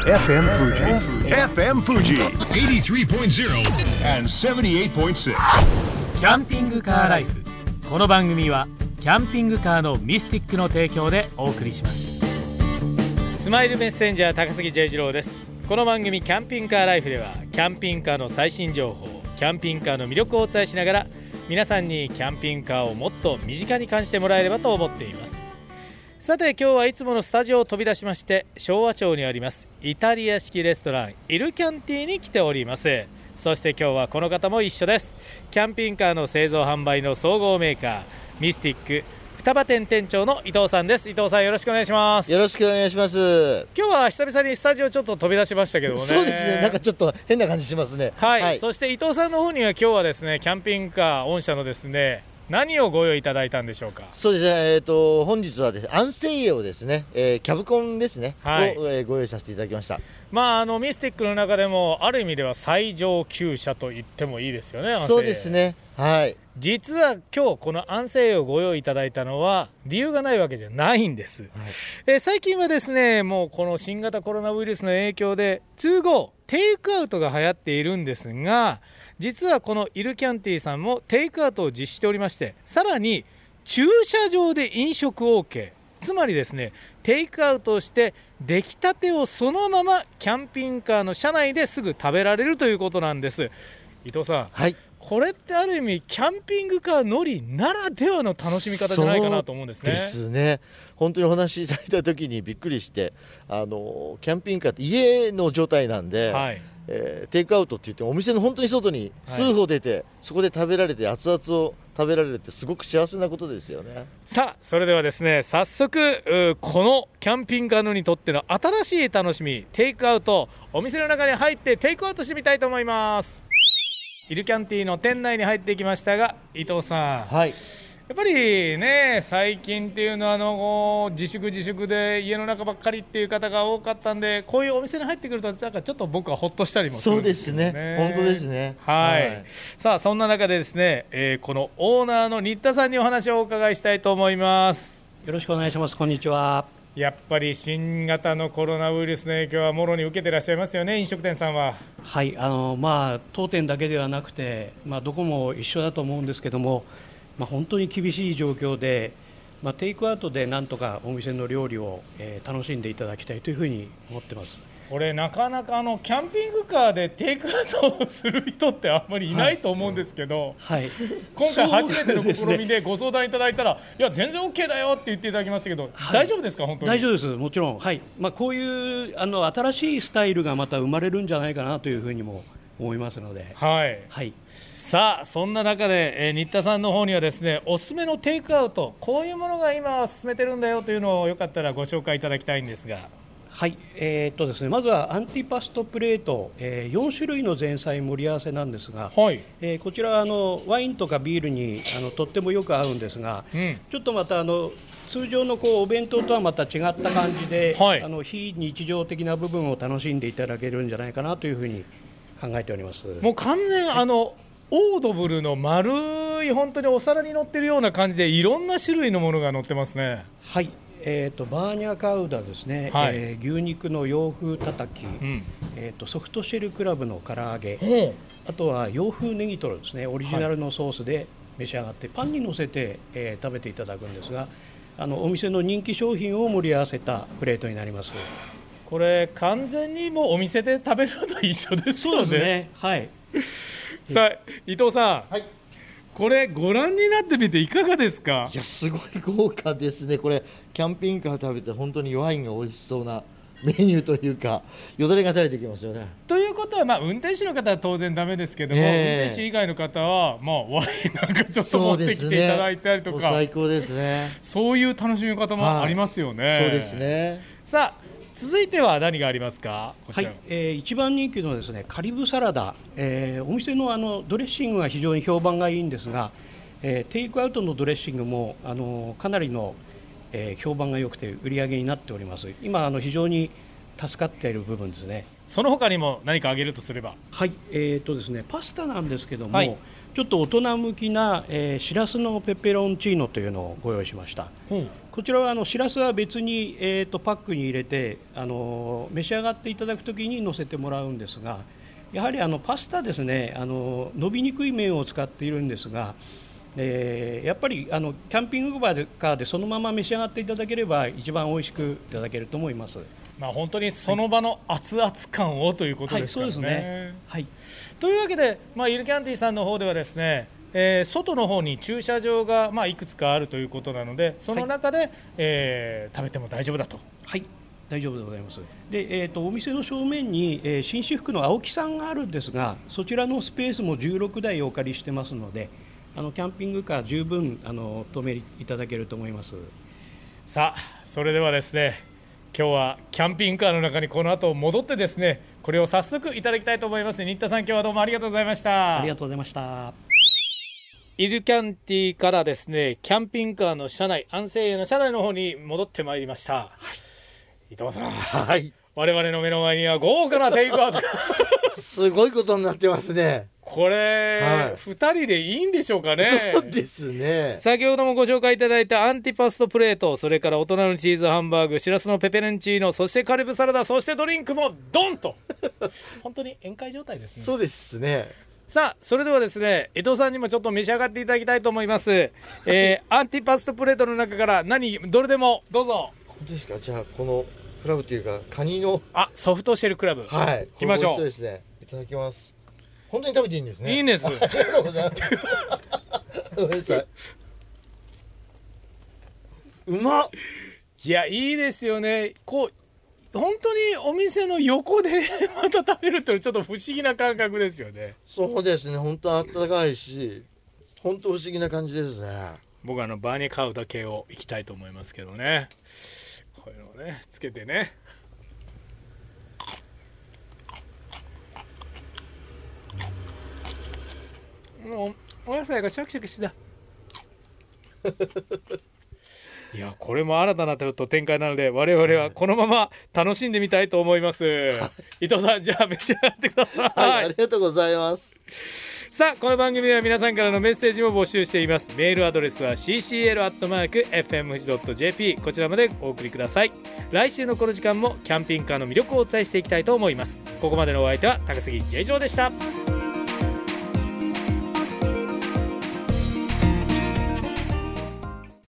FM Fuji. FM Fuji. 83.0 and 78.6. キャンピングカーライフ。この番組はキャンピングカーのミスティックの提供でお送りします。スマイルメッセンジャー高杉 J 次郎です。この番組キャンピングカーライフではキャンピングカーの最新情報、キャンピングカーの魅力をお伝えしながら皆さんにキャンピングカーをもっと身近に感じてもらえればと思っています。さて今日はいつものスタジオを飛び出しまして昭和町にありますイタリア式レストランイルキャンティに来ております。そして今日はこの方も一緒です。キャンピングカーの製造販売の総合メーカーミスティック双葉店店長の伊藤さんです。伊藤さんよろしくお願いします。 よろしくお願いします。 今日は久々にスタジオちょっと飛び出しましたけどもね。 そうですね、なんかちょっと変な感じしますね。 はい、そして伊藤さんの方には今日はですねキャンピングカー御社のですね何をご用意いただいたんでしょうか。 そうですね、本日はですね安静油をですね、キャブコンですね、 はい、 を、ご用意させていただきました。 ミスティックの中でもある意味では最上級者と言ってもいいですよね。 そうですね、はい。 実は今日この安静油をご用意いただいたのは理由がないわけじゃないんです、はい。最近はですねもうこの新型コロナウイルスの影響で通合テイクアウトが流行っているんですが、実はこのイルキャンティさんもテイクアウトを実施しておりまして、さらに駐車場で飲食 OK、 つまりですねテイクアウトをして出来たてをそのままキャンピングカーの車内ですぐ食べられるということなんです。伊藤さん、はい、これってある意味キャンピングカー乗りならではの楽しみ方じゃないかなと思うんですね。 そうですね、本当にお話しいただいた時にびっくりして、キャンピングカーって家の状態なんで、はい、テイクアウトって言ってお店の本当に外に数歩出て、はい、そこで食べられて熱々を食べられるってすごく幸せなことですよね。 さあそれではですね早速このキャンピングカーにとっての新しい楽しみテイクアウト、お店の中に入ってテイクアウトしてみたいと思います。イルキャンティの店内に入っていきましたが、伊藤さん、はい、やっぱりね最近っていうのは自粛で家の中ばっかりっていう方が多かったんで、こういうお店に入ってくるとなんかちょっと僕はほっとしたりもするんですよね。 そうですね、本当ですね。 はい、さあそんな中でですね、このオーナーの新田さんにお話をお伺いしたいと思います。 よろしくお願いします。こんにちは。 やっぱり新型のコロナウイルスの影響はもろに受けていらっしゃいますよね、飲食店さんは。 はい、当店だけではなくて、どこも一緒だと思うんですけども、本当に厳しい状況で、テイクアウトでなんとかお店の料理を、楽しんでいただきたいというふうに思ってます。 これなかなかキャンピングカーでテイクアウトをする人ってあんまりいないと思うんですけど、はい、今回初めての試みでご相談いただいたら、いや全然 OK だよって言っていただきましたけど、はい、大丈夫ですか。本当に大丈夫です、もちろん、はい。こういう新しいスタイルがまた生まれるんじゃないかなというふうにも思いますので、 はい、はい。さあそんな中で、新田さんの方にはですねおすすめのテイクアウト、こういうものが今進めてるんだよというのをよかったらご紹介いただきたいんですが。 はい、ですね、まずはアンティパストプレート、4種類の前菜盛り合わせなんですが、はい、こちらはワインとかビールにとってもよく合うんですが、ちょっとまた通常のお弁当とはまた違った感じで、はい、非日常的な部分を楽しんでいただけるんじゃないかなというふうに考えております。 もう完全オードブルの丸い本当にお皿に乗ってるような感じでいろんな種類のものが乗ってますね。 はい、バーニャカウダですね、はい、牛肉の洋風たたき、ソフトシェルクラブの唐揚げ、あとは洋風ネギトロですね、オリジナルのソースで召し上がって、パンに乗せて、食べていただくんですが、お店の人気商品を盛り合わせたプレートになります。 これ完全にもうお店で食べるのと一緒ですよね。 そうですね、はい。 さあ伊藤さん、はい、これご覧になってみていかがですか。 いやすごい豪華ですね。これキャンピングカー食べて本当にワインが美味しそうなメニューというか、よだれが垂れてきますよね。 ということは、運転手の方は当然ダメですけども、運転手以外の方は、ワインなんかちょっと持ってきていただいたりとか、 最高ですね。 そういう楽しみ方もありますよね。 そうですね。 さあ続いては何がありますか。こちら、 はい、一番人気のですねカリブサラダ、お店のドレッシングが非常に評判がいいんですが、テイクアウトのドレッシングもかなりの、評判が良くて売り上げになっております。今非常に助かっている部分ですね。 その他にも何か挙げるとすれば、 はい、ですね、パスタなんですけども、はい、 ちょっと大人向きな、しらすのペペロンチーノというのをご用意しました。こちらはしらすは別に、パックに入れて召し上がっていただくときに乗せてもらうんですが、やはりパスタですね、伸びにくい麺を使っているんですが、やっぱりキャンピングカーでそのまま召し上がっていただければ一番おいしくいただけると思います。 本当にその場の熱々感をということですからね。 そうですね。 というわけで、イルキャンティさんの方ではですね、外の方に駐車場がいくつかあるということなので、その中で、食べても大丈夫だと。 はい、大丈夫でございます。で、お店の正面に、紳士服の青木さんがあるんですが、そちらのスペースも16台お借りしてますので、キャンピングカー十分止めいただけると思います。 さあ、それではですね、今日はキャンピングカーの中にこの後戻ってですね、これを早速いただきたいと思います。新田さん、今日はどうもありがとうございました。 ありがとうございました。 イルキャンティからですね、キャンピングカーの車内、安静の車内の方に戻ってまいりました。伊藤さん、我々の目の前には豪華なテイクアウトすごいことになってますね。 これ、2人でいいんでしょうかね。 そうですね。 先ほどもご紹介いただいたアンティパストプレート、それから大人のチーズハンバーグ、しらすのペペロンチーノ、そしてカリブサラダ、そしてドリンクもドンと本当に宴会状態ですね。 そうですね。 さあ、それではですね、江藤さんにもちょっと召し上がっていただきたいと思います。アンティパストプレートの中からどれでもどうぞ。 本当ですか。じゃあこのクラブというかカニのソフトシェルクラブ、 いきましょう。 そうですね。いただきます。本当に食べていいんですね。 いいんです。 ありがとうございます。ごめんなさい。うまっ。 いや、いいですよね。こう本当にお店の横でまた食べるってちょっと不思議な感覚ですよね。 そうですね。本当温かいし、本当不思議な感じですね。 僕はバーニャカウダ系をいきたいと思いますけどね。こういうのをねつけてね。もうお野菜がシャキシャキしてたいや、これも新たな展開なので、我々はこのまま楽しんでみたいと思います。伊藤さん、じゃあ召し上がってください。 ありがとうございます。 さあ、この番組では皆さんからのメッセージも募集しています。メールアドレスは ccl@fmfuji.jp、 こちらまでお送りください。来週のこの時間もキャンピングカーの魅力をお伝えしていきたいと思います。ここまでのお相手は高杉J次郎でした。